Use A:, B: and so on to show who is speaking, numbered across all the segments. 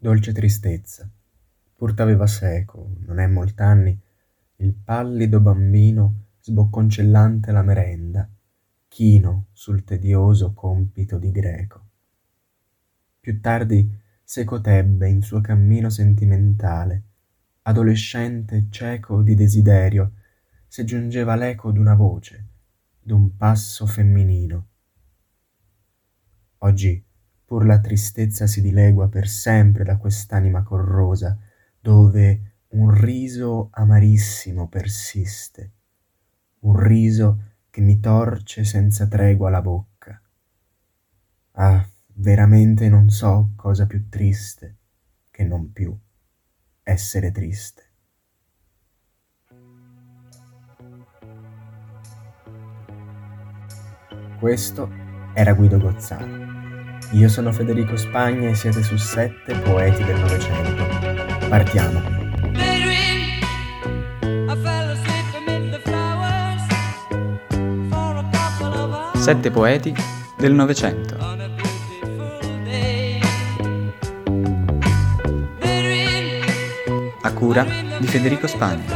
A: Dolce tristezza, pur t'aveva seco, non è molt'anni, il pallido bambino sbocconcellante la merenda, chino sul tedioso compito di greco. Più tardi seco t'ebbe in suo cammino sentimentale, adolescente cieco di desiderio, se giungeva l'eco d'una voce, d'un passo femminino. Oggi pur la tristezza si dilegua per sempre da quest'anima corrosa, dove un riso amarissimo persiste, un riso che mi torce senza tregua la bocca. Ah, veramente non so cosa più triste che non più essere triste. Questo era Guido Gozzano. Io sono Federico Spagna e siete su 7 Poeti del Novecento. Partiamo.
B: Sette poeti del Novecento. A cura di Federico Spagna.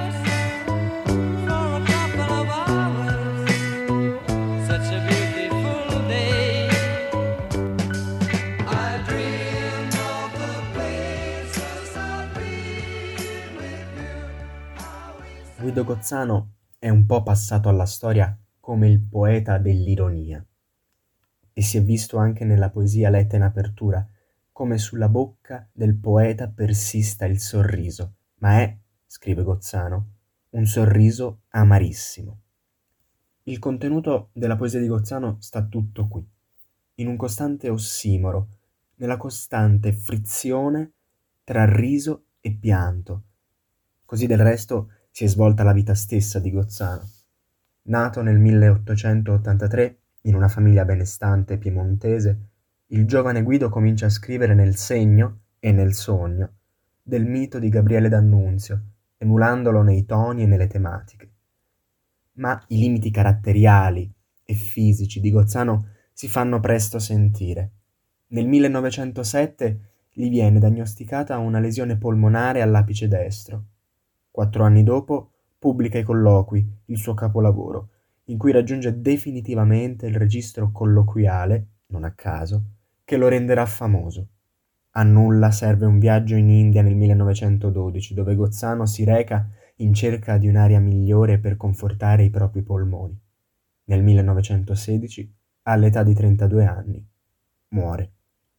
A: Guido Gozzano è un po' passato alla storia come il poeta dell'ironia e si è visto anche nella poesia letta in apertura come sulla bocca del poeta persista il sorriso, ma è, scrive Gozzano, un sorriso amarissimo. Il contenuto della poesia di Gozzano sta tutto qui, in un costante ossimoro, nella costante frizione tra riso e pianto. Così del resto si è svolta la vita stessa di Gozzano. Nato nel 1883 in una famiglia benestante piemontese, il giovane Guido comincia a scrivere nel segno e nel sogno del mito di Gabriele D'Annunzio, emulandolo nei toni e nelle tematiche. Ma i limiti caratteriali e fisici di Gozzano si fanno presto sentire. Nel 1907 gli viene diagnosticata una lesione polmonare all'apice destro. 4 anni dopo pubblica i colloqui, il suo capolavoro, in cui raggiunge definitivamente il registro colloquiale, non a caso, che lo renderà famoso. A nulla serve un viaggio in India nel 1912, dove Gozzano si reca in cerca di un'aria migliore per confortare i propri polmoni. Nel 1916, all'età di 32 anni, muore.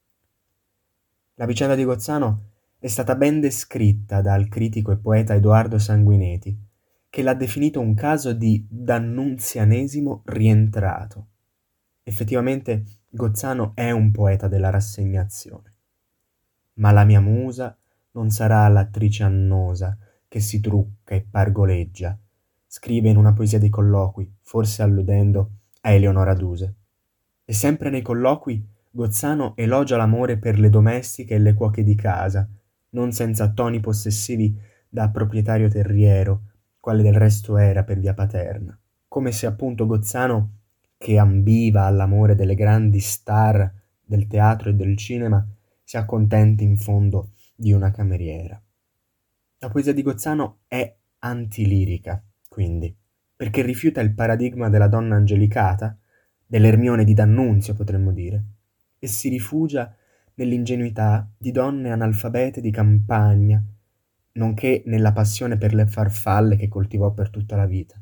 A: La vicenda di Gozzano è stata ben descritta dal critico e poeta Edoardo Sanguineti, che l'ha definito un caso di d'annunzianesimo rientrato. Effettivamente Gozzano è un poeta della rassegnazione. Ma la mia musa non sarà l'attrice annosa che si trucca e pargoleggia, scrive in una poesia dei colloqui, forse alludendo a Eleonora Duse. E sempre nei colloqui Gozzano elogia l'amore per le domestiche e le cuoche di casa, non senza toni possessivi da proprietario terriero, quale del resto era per via paterna, come se appunto Gozzano, che ambiva all'amore delle grandi star del teatro e del cinema, si accontenti in fondo di una cameriera. La poesia di Gozzano è antilirica, quindi, perché rifiuta il paradigma della donna angelicata, dell'Ermione di D'Annunzio potremmo dire, e si rifugia nell'ingenuità di donne analfabete di campagna, nonché nella passione per le farfalle che coltivò per tutta la vita.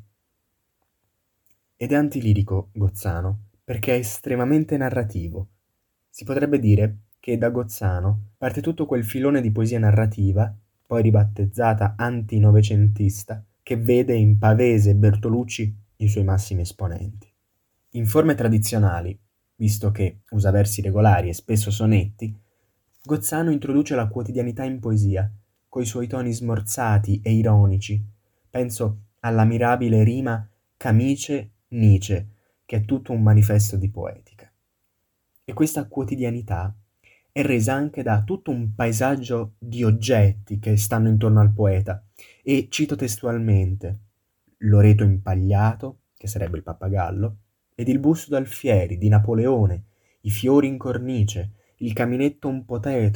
A: Ed è antilirico Gozzano perché è estremamente narrativo. Si potrebbe dire che da Gozzano parte tutto quel filone di poesia narrativa, poi ribattezzata antinovecentista, che vede in Pavese e Bertolucci i suoi massimi esponenti. In forme tradizionali, visto che usa versi regolari e spesso sonetti, Gozzano introduce la quotidianità in poesia, coi suoi toni smorzati e ironici. Penso alla mirabile rima Camice-Nice, che è tutto un manifesto di poetica. E questa quotidianità è resa anche da tutto un paesaggio di oggetti che stanno intorno al poeta. E cito testualmente: Loreto impagliato, che sarebbe il pappagallo, ed il busto d'Alfieri, di Napoleone, i fiori in cornice, il caminetto un po' tetro,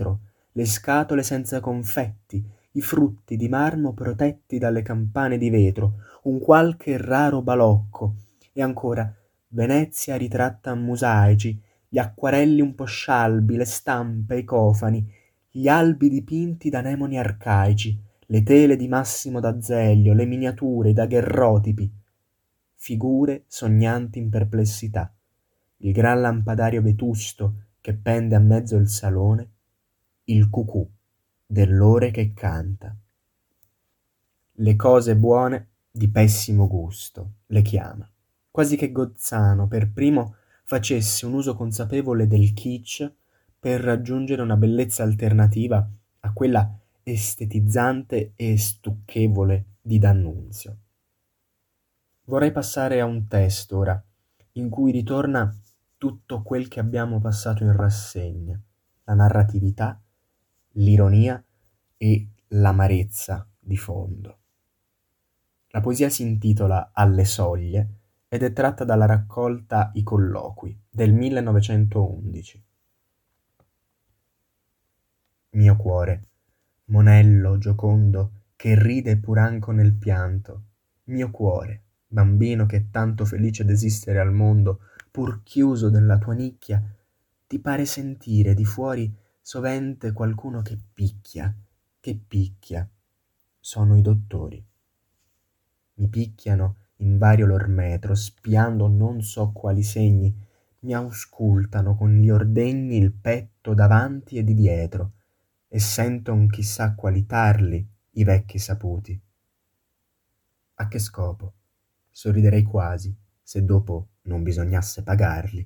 A: le scatole senza confetti, i frutti di marmo protetti dalle campane di vetro, un qualche raro balocco, e ancora Venezia ritratta a mosaici, gli acquarelli un po' scialbi, le stampe, i cofani, gli albi dipinti da nemoni arcaici, le tele di Massimo d'Azeglio, le miniature, i daguerrotipi, figure sognanti in perplessità, il gran lampadario vetusto che pende a mezzo il salone, il cucù dell'ore che canta. Le cose buone di pessimo gusto le chiama, quasi che Gozzano per primo facesse un uso consapevole del kitsch per raggiungere una bellezza alternativa a quella estetizzante e stucchevole di D'Annunzio. Vorrei passare a un testo ora, in cui ritorna tutto quel che abbiamo passato in rassegna, la narratività, l'ironia e l'amarezza di fondo. La poesia si intitola Alle soglie ed è tratta dalla raccolta I colloqui del 1911. Mio cuore, monello giocondo che ride pur anco nel pianto, mio cuore, bambino che è tanto felice d'esistere al mondo, pur chiuso nella tua nicchia, ti pare sentire di fuori sovente qualcuno che picchia, che picchia. Sono i dottori. Mi picchiano in vario lor metro, spiando non so quali segni, mi auscultano con gli ordegni il petto davanti e di dietro, e senton chissà quali tarli i vecchi saputi. A che scopo? Sorriderei quasi, se dopo non bisognasse pagarli.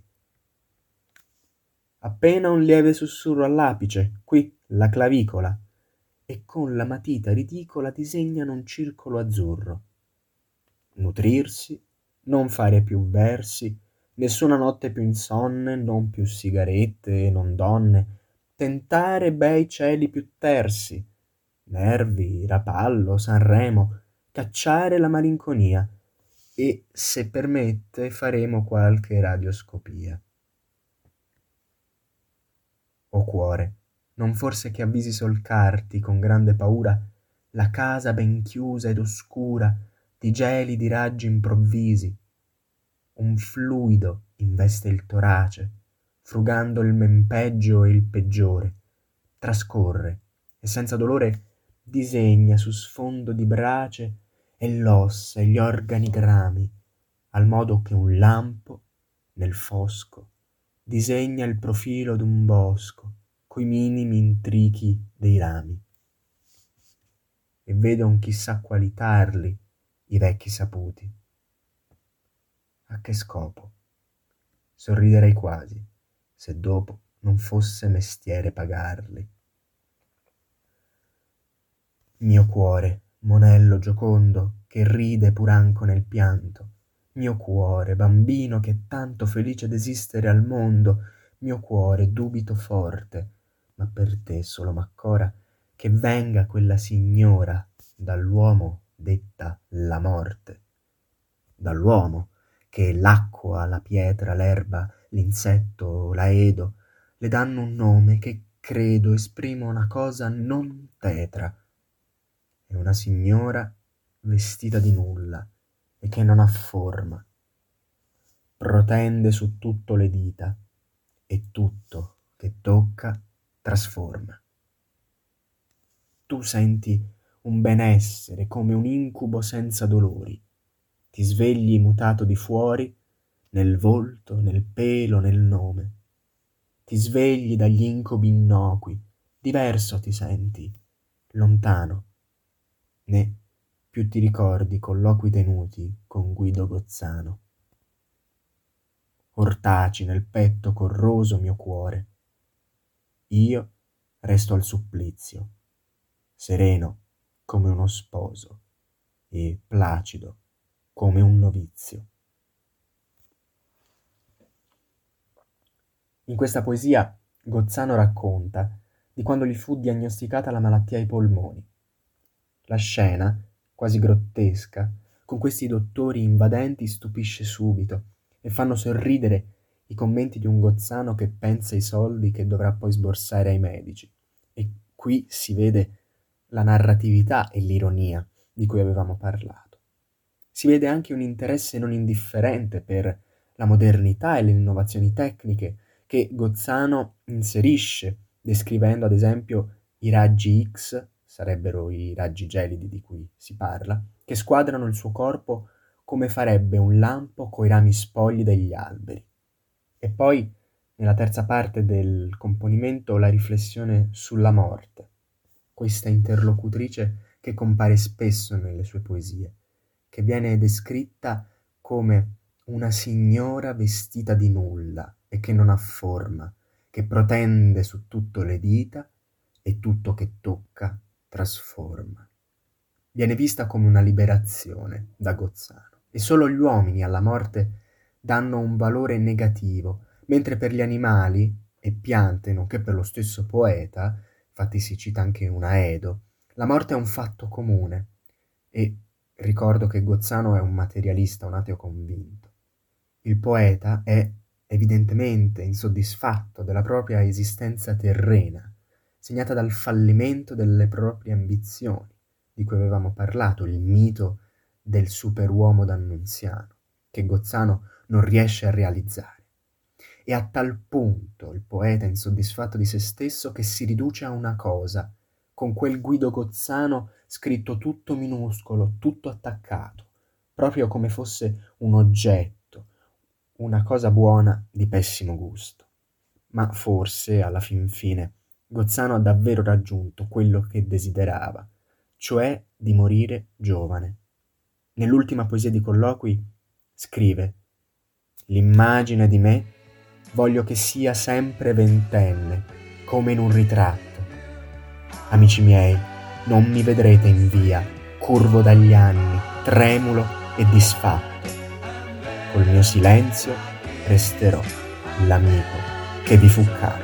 A: Appena un lieve sussurro all'apice, qui la clavicola, e con la matita ridicola disegnano un circolo azzurro. Nutrirsi, non fare più versi, nessuna notte più insonne, non più sigarette, non donne, tentare bei cieli più tersi, Nervi, Rapallo, Sanremo, cacciare la malinconia, e, se permette, faremo qualche radioscopia. O cuore, non forse che avvisi solcarti con grande paura la casa ben chiusa ed oscura di gelidi raggi improvvisi, un fluido investe il torace, frugando il men peggio e il peggiore, trascorre e senza dolore disegna su sfondo di brace e l'ossa e gli organi grami, al modo che un lampo nel fosco disegna il profilo d'un bosco coi minimi intrichi dei rami. E vedon chissà quali tarli i vecchi saputi. A che scopo? Sorriderei quasi, se dopo non fosse mestiere pagarli. Mio cuore, monello giocondo, che ride pur anco nel pianto, mio cuore, bambino che è tanto felice d'esistere al mondo, mio cuore, dubito forte, ma per te solo m'accora che venga quella signora dall'uomo detta la morte, dall'uomo che l'acqua, la pietra, l'erba, l'insetto, l'aedo le danno un nome che credo esprima una cosa non tetra. È una signora vestita di nulla e che non ha forma, protende su tutto le dita e tutto che tocca trasforma. Tu senti un benessere come un incubo senza dolori, ti svegli mutato di fuori nel volto, nel pelo, nel nome, ti svegli dagli incubi innocui, diverso ti senti, lontano, né più ti ricordi colloqui tenuti con Guido Gozzano. Ortaci nel petto corroso mio cuore, io resto al supplizio, sereno come uno sposo e placido come un novizio. In questa poesia Gozzano racconta di quando gli fu diagnosticata la malattia ai polmoni. La scena, quasi grottesca, con questi dottori invadenti stupisce subito e fanno sorridere i commenti di un Gozzano che pensa ai soldi che dovrà poi sborsare ai medici, E qui si vede la narratività e l'ironia di cui avevamo parlato. Si vede anche un interesse non indifferente per la modernità e le innovazioni tecniche che Gozzano inserisce, descrivendo ad esempio i raggi X, sarebbero i raggi gelidi di cui si parla, che squadrano il suo corpo come farebbe un lampo coi rami spogli degli alberi. E poi, nella terza parte del componimento, la riflessione sulla morte, questa interlocutrice che compare spesso nelle sue poesie, che viene descritta come una signora vestita di nulla e che non ha forma, che protende su tutto le dita e tutto che tocca trasforma. Viene vista come una liberazione da Gozzano e solo gli uomini alla morte danno un valore negativo, mentre per gli animali e piante, nonché per lo stesso poeta, infatti si cita anche un Aedo, la morte è un fatto comune e ricordo che Gozzano è un materialista, un ateo convinto. Il poeta è evidentemente insoddisfatto della propria esistenza terrena, segnata dal fallimento delle proprie ambizioni, di cui avevamo parlato, il mito del superuomo d'Annunziano, che Gozzano non riesce a realizzare. E a tal punto il poeta è insoddisfatto di se stesso che si riduce a una cosa, con quel Guido Gozzano scritto tutto minuscolo, tutto attaccato, proprio come fosse un oggetto, una cosa buona di pessimo gusto. Ma forse, alla fin fine, Gozzano ha davvero raggiunto quello che desiderava, cioè di morire giovane. Nell'ultima poesia di colloqui scrive: «L'immagine di me voglio che sia sempre ventenne, come in un ritratto. Amici miei, non mi vedrete in via, curvo dagli anni, tremulo e disfatto. Col mio silenzio resterò l'amico che vi fu caro».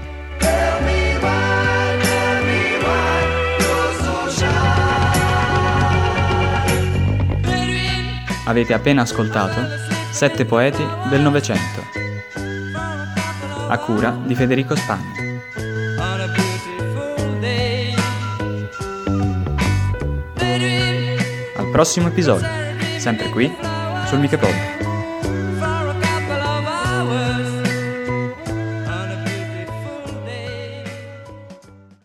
B: Avete appena ascoltato Sette poeti del Novecento, a cura di Federico Spagna. Al prossimo episodio, sempre qui sul Michepod.